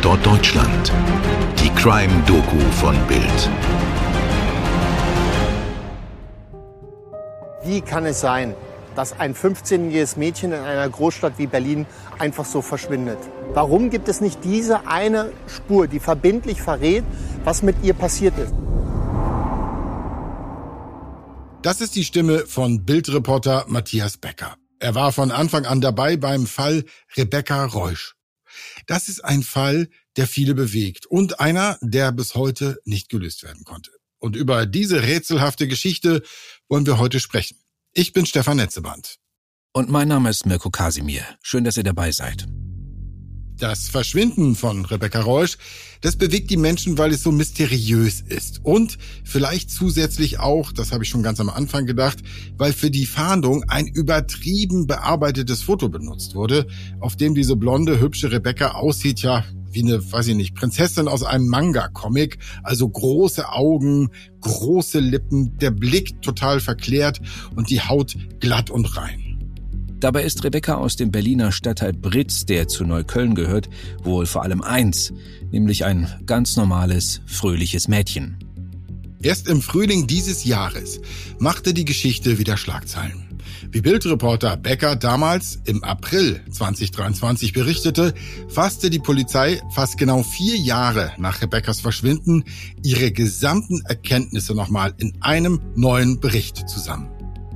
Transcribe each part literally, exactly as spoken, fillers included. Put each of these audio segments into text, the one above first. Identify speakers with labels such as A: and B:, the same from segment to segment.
A: Tatort Deutschland. Die Crime-Doku von Bild.
B: Wie kann es sein, dass ein fünfzehnjähriges Mädchen in einer Großstadt wie Berlin einfach so verschwindet? Warum gibt es nicht diese eine Spur, die verbindlich verrät, was mit ihr passiert ist?
C: Das ist die Stimme von Bildreporter Matthias Becker. Er war von Anfang an dabei beim Fall Rebecca Reusch. Das ist ein Fall, der viele bewegt und einer, der bis heute nicht gelöst werden konnte. Und über diese rätselhafte Geschichte wollen wir heute sprechen. Ich bin Stefan Netzeband.
D: Und mein Name ist Mirko Kasimir. Schön, dass ihr dabei seid.
C: Das Verschwinden von Rebecca Reusch, das bewegt die Menschen, weil es so mysteriös ist. Und vielleicht zusätzlich auch, das habe ich schon ganz am Anfang gedacht, weil für die Fahndung ein übertrieben bearbeitetes Foto benutzt wurde, auf dem diese blonde, hübsche Rebecca aussieht, ja, wie eine, weiß ich nicht, Prinzessin aus einem Manga-Comic. Also große Augen, große Lippen, der Blick total verklärt und die Haut glatt und rein.
D: Dabei ist Rebecca aus dem Berliner Stadtteil Britz, der zu Neukölln gehört, wohl vor allem eins, nämlich ein ganz normales, fröhliches Mädchen.
C: Erst im Frühling dieses Jahres machte die Geschichte wieder Schlagzeilen. Wie Bildreporter Becker damals im April zweitausenddreiundzwanzig berichtete, fasste die Polizei fast genau vier Jahre nach Rebeccas Verschwinden ihre gesamten Erkenntnisse nochmal in einem neuen Bericht zusammen.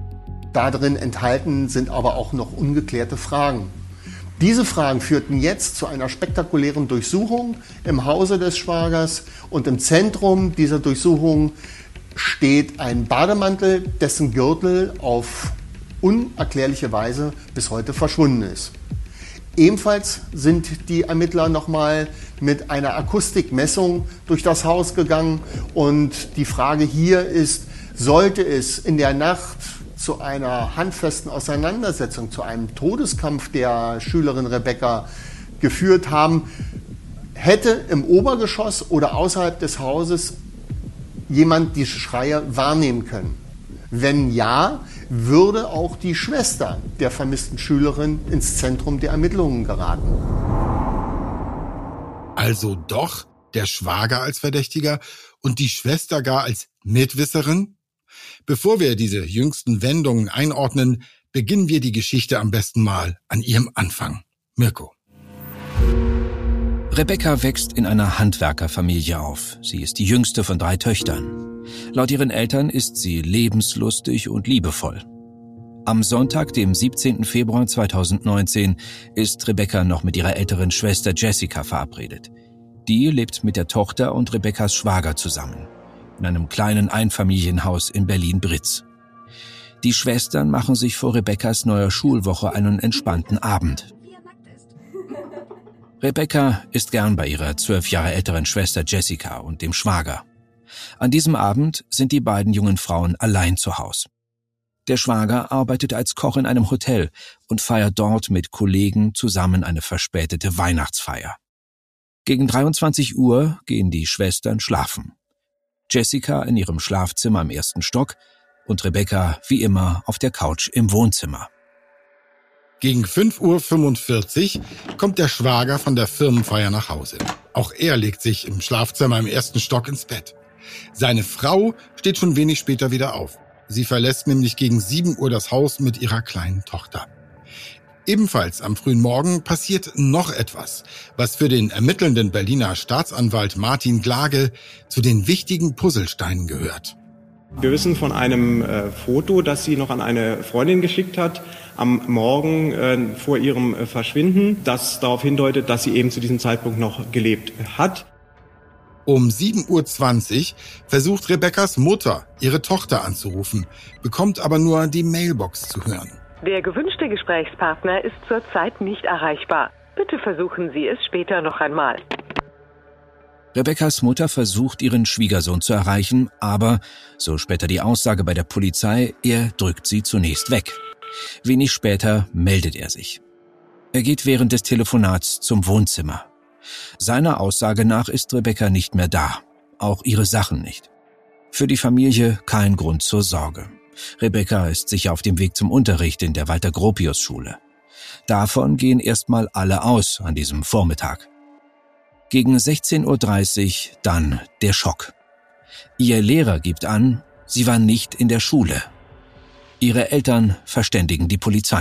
B: Darin enthalten sind aber auch noch ungeklärte Fragen. Diese Fragen führten jetzt zu einer spektakulären Durchsuchung im Hause des Schwagers und im Zentrum dieser Durchsuchung steht ein Bademantel, dessen Gürtel auf unerklärliche Weise bis heute verschwunden ist. Ebenfalls sind die Ermittler nochmal mit einer Akustikmessung durch das Haus gegangen und die Frage hier ist, sollte es in der Nacht zu einer handfesten Auseinandersetzung, zu einem Todeskampf der Schülerin Rebecca geführt haben, hätte im Obergeschoss oder außerhalb des Hauses jemand die Schreie wahrnehmen können. Wenn ja, würde auch die Schwester der vermissten Schülerin ins Zentrum der Ermittlungen geraten.
C: Also doch der Schwager als Verdächtiger und die Schwester gar als Mitwisserin? Bevor wir diese jüngsten Wendungen einordnen, beginnen wir die Geschichte am besten mal an ihrem Anfang. Mirko.
D: Rebecca wächst in einer Handwerkerfamilie auf. Sie ist die jüngste von drei Töchtern. Laut ihren Eltern ist sie lebenslustig und liebevoll. Am Sonntag, dem siebzehnten Februar zweitausendneunzehn, ist Rebecca noch mit ihrer älteren Schwester Jessica verabredet. Die lebt mit der Tochter und Rebeccas Schwager zusammen, in einem kleinen Einfamilienhaus in Berlin-Britz. Die Schwestern machen sich vor Rebeccas neuer Schulwoche einen entspannten Abend. Rebecca ist gern bei ihrer zwölf Jahre älteren Schwester Jessica und dem Schwager. An diesem Abend sind die beiden jungen Frauen allein zu Hause. Der Schwager arbeitet als Koch in einem Hotel und feiert dort mit Kollegen zusammen eine verspätete Weihnachtsfeier. Gegen dreiundzwanzig Uhr gehen die Schwestern schlafen. Jessica in ihrem Schlafzimmer im ersten Stock und Rebecca wie immer auf der Couch im Wohnzimmer.
C: Gegen fünf Uhr fünfundvierzig kommt der Schwager von der Firmenfeier nach Hause. Auch er legt sich im Schlafzimmer im ersten Stock ins Bett. Seine Frau steht schon wenig später wieder auf. Sie verlässt nämlich gegen sieben Uhr das Haus mit ihrer kleinen Tochter. Ebenfalls am frühen Morgen passiert noch etwas, was für den ermittelnden Berliner Staatsanwalt Martin Glage zu den wichtigen Puzzlesteinen gehört.
E: Wir wissen von einem äh, Foto, das sie noch an eine Freundin geschickt hat, am Morgen äh, vor ihrem äh, Verschwinden, das darauf hindeutet, dass sie eben zu diesem Zeitpunkt noch gelebt hat.
C: Um sieben Uhr zwanzig versucht Rebeccas Mutter, ihre Tochter anzurufen, bekommt aber nur die Mailbox zu hören.
F: Der gewünschte Gesprächspartner ist zurzeit nicht erreichbar. Bitte versuchen Sie es später noch einmal.
D: Rebeccas Mutter versucht, ihren Schwiegersohn zu erreichen, aber, so später die Aussage bei der Polizei, er drückt sie zunächst weg. Wenig später meldet er sich. Er geht während des Telefonats zum Wohnzimmer. Seiner Aussage nach ist Rebecca nicht mehr da, auch ihre Sachen nicht. Für die Familie kein Grund zur Sorge. Rebecca ist sicher auf dem Weg zum Unterricht in der Walter-Gropius-Schule. Davon gehen erstmal alle aus an diesem Vormittag. Gegen sechzehn Uhr dreißig dann der Schock. Ihr Lehrer gibt an, sie war nicht in der Schule. Ihre Eltern verständigen die Polizei.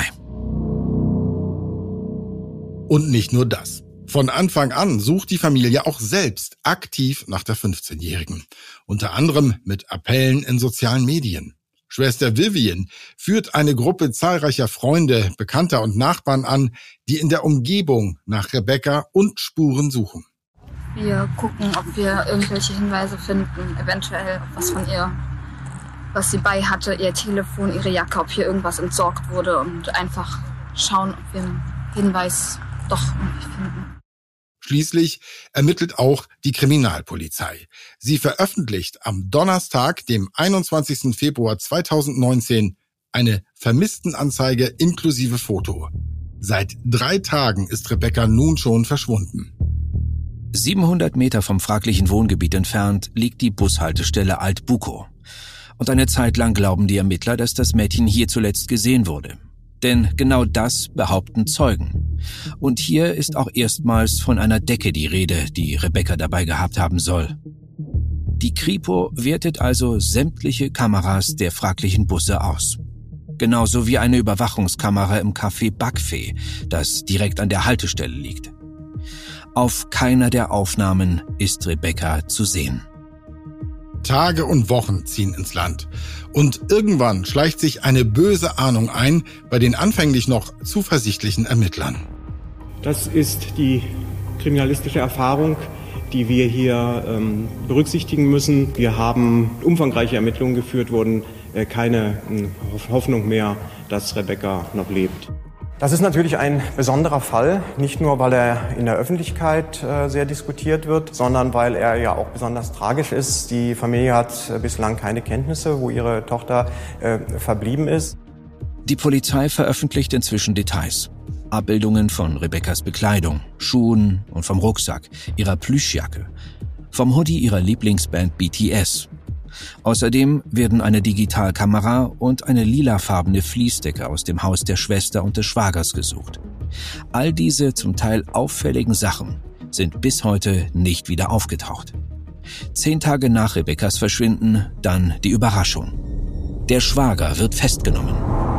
C: Und nicht nur das. Von Anfang an sucht die Familie auch selbst aktiv nach der fünfzehnjährigen. Unter anderem mit Appellen in sozialen Medien. Schwester Vivian führt eine Gruppe zahlreicher Freunde, Bekannter und Nachbarn an, die in der Umgebung nach Rebecca und Spuren suchen.
G: Wir gucken, ob wir irgendwelche Hinweise finden, eventuell was von ihr, was sie bei hatte, ihr Telefon, ihre Jacke, ob hier irgendwas entsorgt wurde und einfach schauen, ob wir einen Hinweis doch irgendwie finden.
C: Schließlich ermittelt auch die Kriminalpolizei. Sie veröffentlicht am Donnerstag, dem einundzwanzigsten Februar zweitausendneunzehn, eine Vermisstenanzeige inklusive Foto. Seit drei Tagen ist Rebecca nun schon verschwunden.
D: siebenhundert Meter vom fraglichen Wohngebiet entfernt liegt die Bushaltestelle Alt-Bukow. Und eine Zeit lang glauben die Ermittler, dass das Mädchen hier zuletzt gesehen wurde. Denn genau das behaupten Zeugen. Und hier ist auch erstmals von einer Decke die Rede, die Rebecca dabei gehabt haben soll. Die Kripo wertet also sämtliche Kameras der fraglichen Busse aus. Genauso wie eine Überwachungskamera im Café Backfee, das direkt an der Haltestelle liegt. Auf keiner der Aufnahmen ist Rebecca zu sehen.
C: Tage und Wochen ziehen ins Land. Und irgendwann schleicht sich eine böse Ahnung ein bei den anfänglich noch zuversichtlichen Ermittlern.
E: Das ist die kriminalistische Erfahrung, die wir hier ähm, berücksichtigen müssen. Wir haben umfangreiche Ermittlungen geführt, wurden äh, keine äh, Hoffnung mehr, dass Rebecca noch lebt. Das ist natürlich ein besonderer Fall, nicht nur, weil er in der Öffentlichkeit äh, sehr diskutiert wird, sondern weil er ja auch besonders tragisch ist. Die Familie hat äh, bislang keine Kenntnisse, wo ihre Tochter äh, verblieben ist.
D: Die Polizei veröffentlicht inzwischen Details. Abbildungen von Rebeccas Bekleidung, Schuhen und vom Rucksack, ihrer Plüschjacke, vom Hoodie ihrer Lieblingsband B T S. Außerdem werden eine Digitalkamera und eine lilafarbene Fließdecke aus dem Haus der Schwester und des Schwagers gesucht. All diese zum Teil auffälligen Sachen sind bis heute nicht wieder aufgetaucht. Zehn Tage nach Rebeccas Verschwinden dann die Überraschung. Der Schwager wird festgenommen.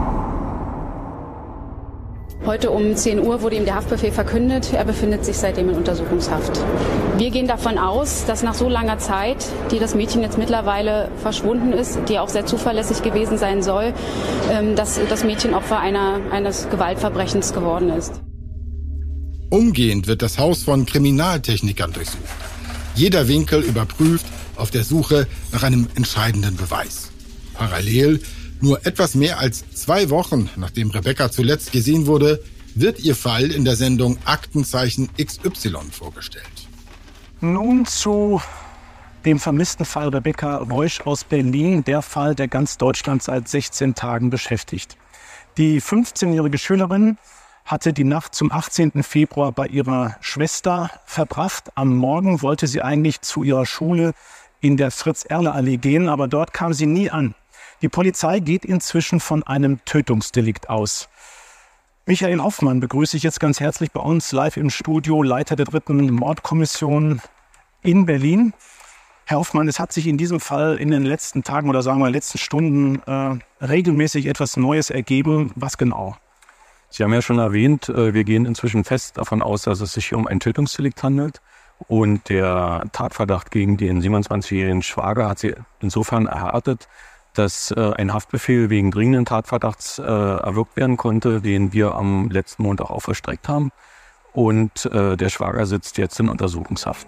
H: Heute um zehn Uhr wurde ihm der Haftbefehl verkündet. Er befindet sich seitdem in Untersuchungshaft. Wir gehen davon aus, dass nach so langer Zeit, die das Mädchen jetzt mittlerweile verschwunden ist, die auch sehr zuverlässig gewesen sein soll, dass das Mädchen Opfer einer, eines Gewaltverbrechens geworden ist.
C: Umgehend wird das Haus von Kriminaltechnikern durchsucht. Jeder Winkel überprüft, auf der Suche nach einem entscheidenden Beweis. Parallel, nur etwas mehr als zwei Wochen, nachdem Rebecca zuletzt gesehen wurde, wird ihr Fall in der Sendung Aktenzeichen X Y vorgestellt.
I: Nun zu dem vermissten Fall Rebecca Reusch aus Berlin, der Fall, der ganz Deutschland seit sechzehn Tagen beschäftigt. Die fünfzehnjährige Schülerin hatte die Nacht zum achtzehnten Februar bei ihrer Schwester verbracht. Am Morgen wollte sie eigentlich zu ihrer Schule in der Fritz-Erler-Allee gehen, aber dort kam sie nie an. Die Polizei geht inzwischen von einem Tötungsdelikt aus. Michael Hoffmann begrüße ich jetzt ganz herzlich bei uns live im Studio, Leiter der dritten Mordkommission in Berlin. Herr Hoffmann, es hat sich in diesem Fall in den letzten Tagen oder sagen wir letzten Stunden äh, regelmäßig etwas Neues ergeben. Was genau?
J: Sie haben ja schon erwähnt, wir gehen inzwischen fest davon aus, dass es sich hier um ein Tötungsdelikt handelt. Und der Tatverdacht gegen den siebenundzwanzigjährigen Schwager hat sie insofern erhärtet, dass äh, ein Haftbefehl wegen dringenden Tatverdachts äh, erwirkt werden konnte, den wir am letzten Montag auch vollstreckt haben. Und äh, der Schwager sitzt jetzt in Untersuchungshaft.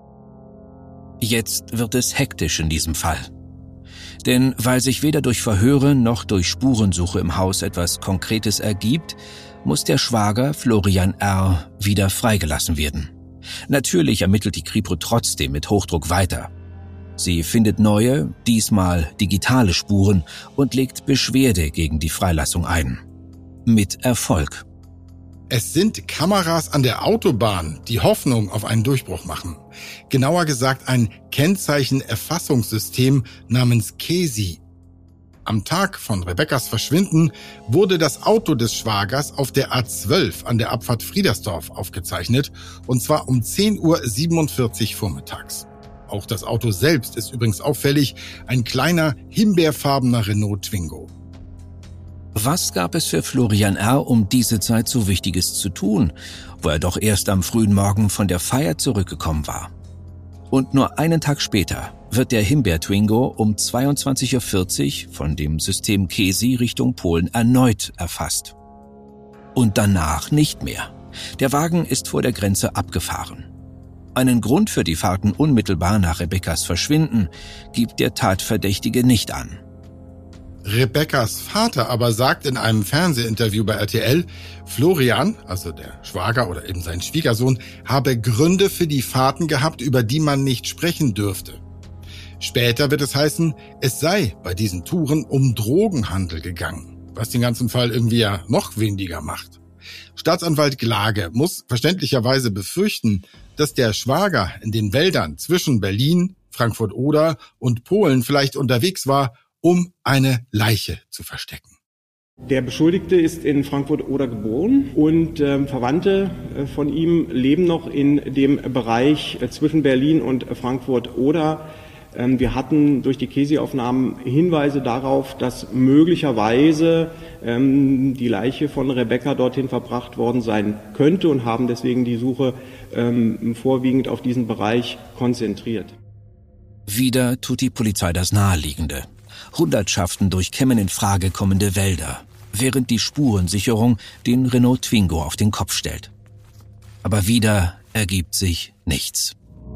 D: Jetzt wird es hektisch in diesem Fall. Denn weil sich weder durch Verhöre noch durch Spurensuche im Haus etwas Konkretes ergibt, muss der Schwager Florian R. wieder freigelassen werden. Natürlich ermittelt die Kripo trotzdem mit Hochdruck weiter. Sie findet neue, diesmal digitale Spuren und legt Beschwerde gegen die Freilassung ein. Mit Erfolg.
C: Es sind Kameras an der Autobahn, die Hoffnung auf einen Durchbruch machen. Genauer gesagt ein Kennzeichenerfassungssystem namens K E S I. Am Tag von Rebekkas Verschwinden wurde das Auto des Schwagers auf der A zwölf an der Abfahrt Friedersdorf aufgezeichnet, und zwar um zehn Uhr siebenundvierzig vormittags. Auch das Auto selbst ist übrigens auffällig, ein kleiner, himbeerfarbener Renault Twingo.
D: Was gab es für Florian R. um diese Zeit so Wichtiges zu tun, wo er doch erst am frühen Morgen von der Feier zurückgekommen war? Und nur einen Tag später wird der Himbeer-Twingo um zweiundzwanzig Uhr vierzig von dem System Kesi Richtung Polen erneut erfasst. Und danach nicht mehr. Der Wagen ist vor der Grenze abgefahren. Einen Grund für die Fahrten unmittelbar nach Rebekkas Verschwinden gibt der Tatverdächtige nicht an.
C: Rebekkas Vater aber sagt in einem Fernsehinterview bei R T L, Florian, also der Schwager oder eben sein Schwiegersohn, habe Gründe für die Fahrten gehabt, über die man nicht sprechen dürfte. Später wird es heißen, es sei bei diesen Touren um Drogenhandel gegangen, was den ganzen Fall irgendwie ja noch windiger macht. Staatsanwalt Glage muss verständlicherweise befürchten, dass der Schwager in den Wäldern zwischen Berlin, Frankfurt-Oder und Polen vielleicht unterwegs war, um eine Leiche zu verstecken.
E: Der Beschuldigte ist in Frankfurt-Oder geboren und äh, Verwandte äh, von ihm leben noch in dem Bereich äh, zwischen Berlin und äh, Frankfurt-Oder. Ähm, wir hatten durch die Kesi-Aufnahmen Hinweise darauf, dass möglicherweise ähm, die Leiche von Rebekka dorthin verbracht worden sein könnte und haben deswegen die Suche ähm, vorwiegend auf diesen Bereich konzentriert.
D: Wieder tut die Polizei das Naheliegende. Hundertschaften durchkämmen in Frage kommende Wälder, während die Spurensicherung den Renault Twingo auf den Kopf stellt. Aber wieder ergibt sich nichts.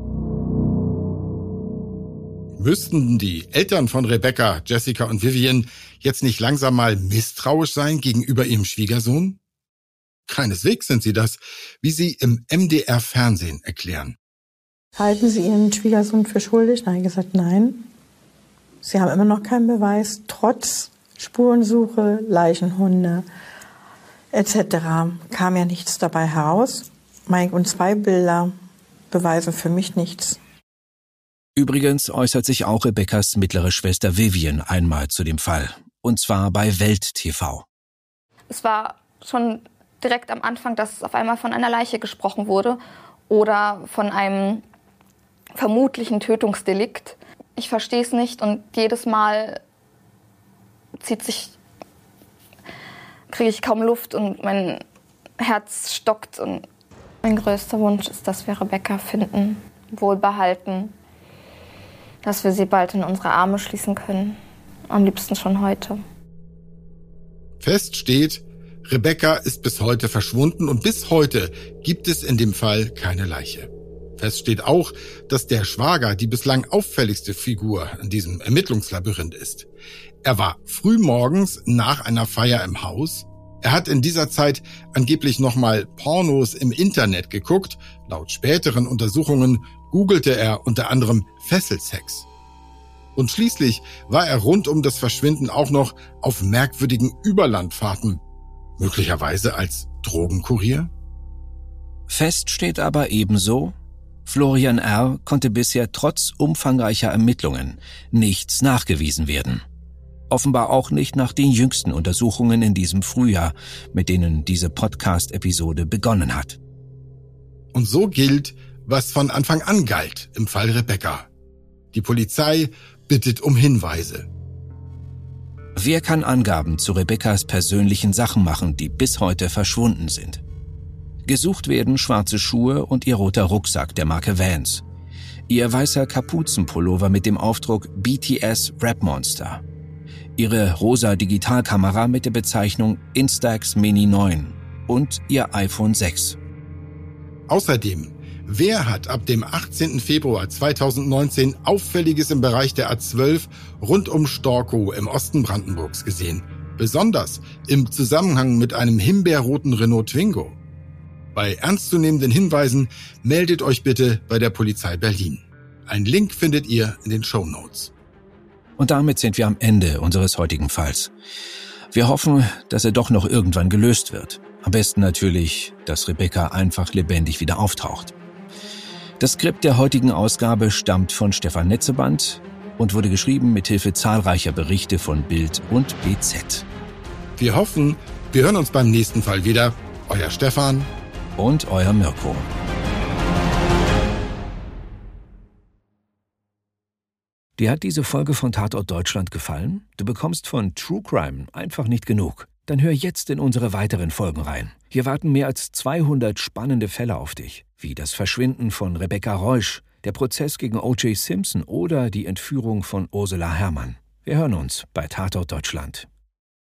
C: Müssten die Eltern von Rebekka, Jessica und Vivian jetzt nicht langsam mal misstrauisch sein gegenüber ihrem Schwiegersohn? Keineswegs sind sie das, wie sie im M D R-Fernsehen erklären.
K: Halten Sie Ihren Schwiegersohn für schuldig? Nein, gesagt nein. Sie haben immer noch keinen Beweis, trotz Spurensuche, Leichenhunde et cetera kam ja nichts dabei heraus. Und zwei Bilder beweisen für mich nichts.
D: Übrigens äußert sich auch Rebekkas mittlere Schwester Vivian einmal zu dem Fall. Und zwar bei Welt T V.
G: Es war schon direkt am Anfang, dass auf einmal von einer Leiche gesprochen wurde oder von einem vermutlichen Tötungsdelikt. Ich verstehe es nicht und jedes Mal zieht sich, kriege ich kaum Luft und mein Herz stockt. Und mein größter Wunsch ist, dass wir Rebekka finden, wohlbehalten, dass wir sie bald in unsere Arme schließen können. Am liebsten schon heute.
C: Fest steht, Rebekka ist bis heute verschwunden und bis heute gibt es in dem Fall keine Leiche. Fest steht auch, dass der Schwager die bislang auffälligste Figur in diesem Ermittlungslabyrinth ist. Er war frühmorgens nach einer Feier im Haus. Er hat in dieser Zeit angeblich nochmal Pornos im Internet geguckt. Laut späteren Untersuchungen googelte er unter anderem Fesselsex. Und schließlich war er rund um das Verschwinden auch noch auf merkwürdigen Überlandfahrten, möglicherweise als Drogenkurier.
D: Fest steht aber ebenso, Florian R. konnte bisher trotz umfangreicher Ermittlungen nichts nachgewiesen werden. Offenbar auch nicht nach den jüngsten Untersuchungen in diesem Frühjahr, mit denen diese Podcast-Episode begonnen hat.
C: Und so gilt, was von Anfang an galt im Fall Rebekka. Die Polizei bittet um Hinweise.
D: Wer kann Angaben zu Rebekkas persönlichen Sachen machen, die bis heute verschwunden sind? Gesucht werden schwarze Schuhe und ihr roter Rucksack der Marke Vans. Ihr weißer Kapuzenpullover mit dem Aufdruck B T S Rap Monster. Ihre rosa Digitalkamera mit der Bezeichnung Instax Mini neun und ihr iPhone sechs.
C: Außerdem, wer hat ab dem achtzehnten Februar zweitausendneunzehn Auffälliges im Bereich der A zwölf rund um Storkow im Osten Brandenburgs gesehen? Besonders im Zusammenhang mit einem himbeerroten Renault Twingo. Bei ernstzunehmenden Hinweisen meldet euch bitte bei der Polizei Berlin. Einen Link findet ihr in den Shownotes.
D: Und damit sind wir am Ende unseres heutigen Falls. Wir hoffen, dass er doch noch irgendwann gelöst wird. Am besten natürlich, dass Rebekka einfach lebendig wieder auftaucht. Das Skript der heutigen Ausgabe stammt von Stefan Netzeband und wurde geschrieben mithilfe zahlreicher Berichte von Bild und B Z.
C: Wir hoffen, wir hören uns beim nächsten Fall wieder. Euer Stefan
D: und euer Mirko. Dir hat diese Folge von Tatort Deutschland gefallen? Du bekommst von True Crime einfach nicht genug. Dann hör jetzt in unsere weiteren Folgen rein. Hier warten mehr als zweihundert spannende Fälle auf dich, wie das Verschwinden von Rebecca Reusch, der Prozess gegen O J Simpson oder die Entführung von Ursula Herrmann. Wir hören uns bei Tatort Deutschland.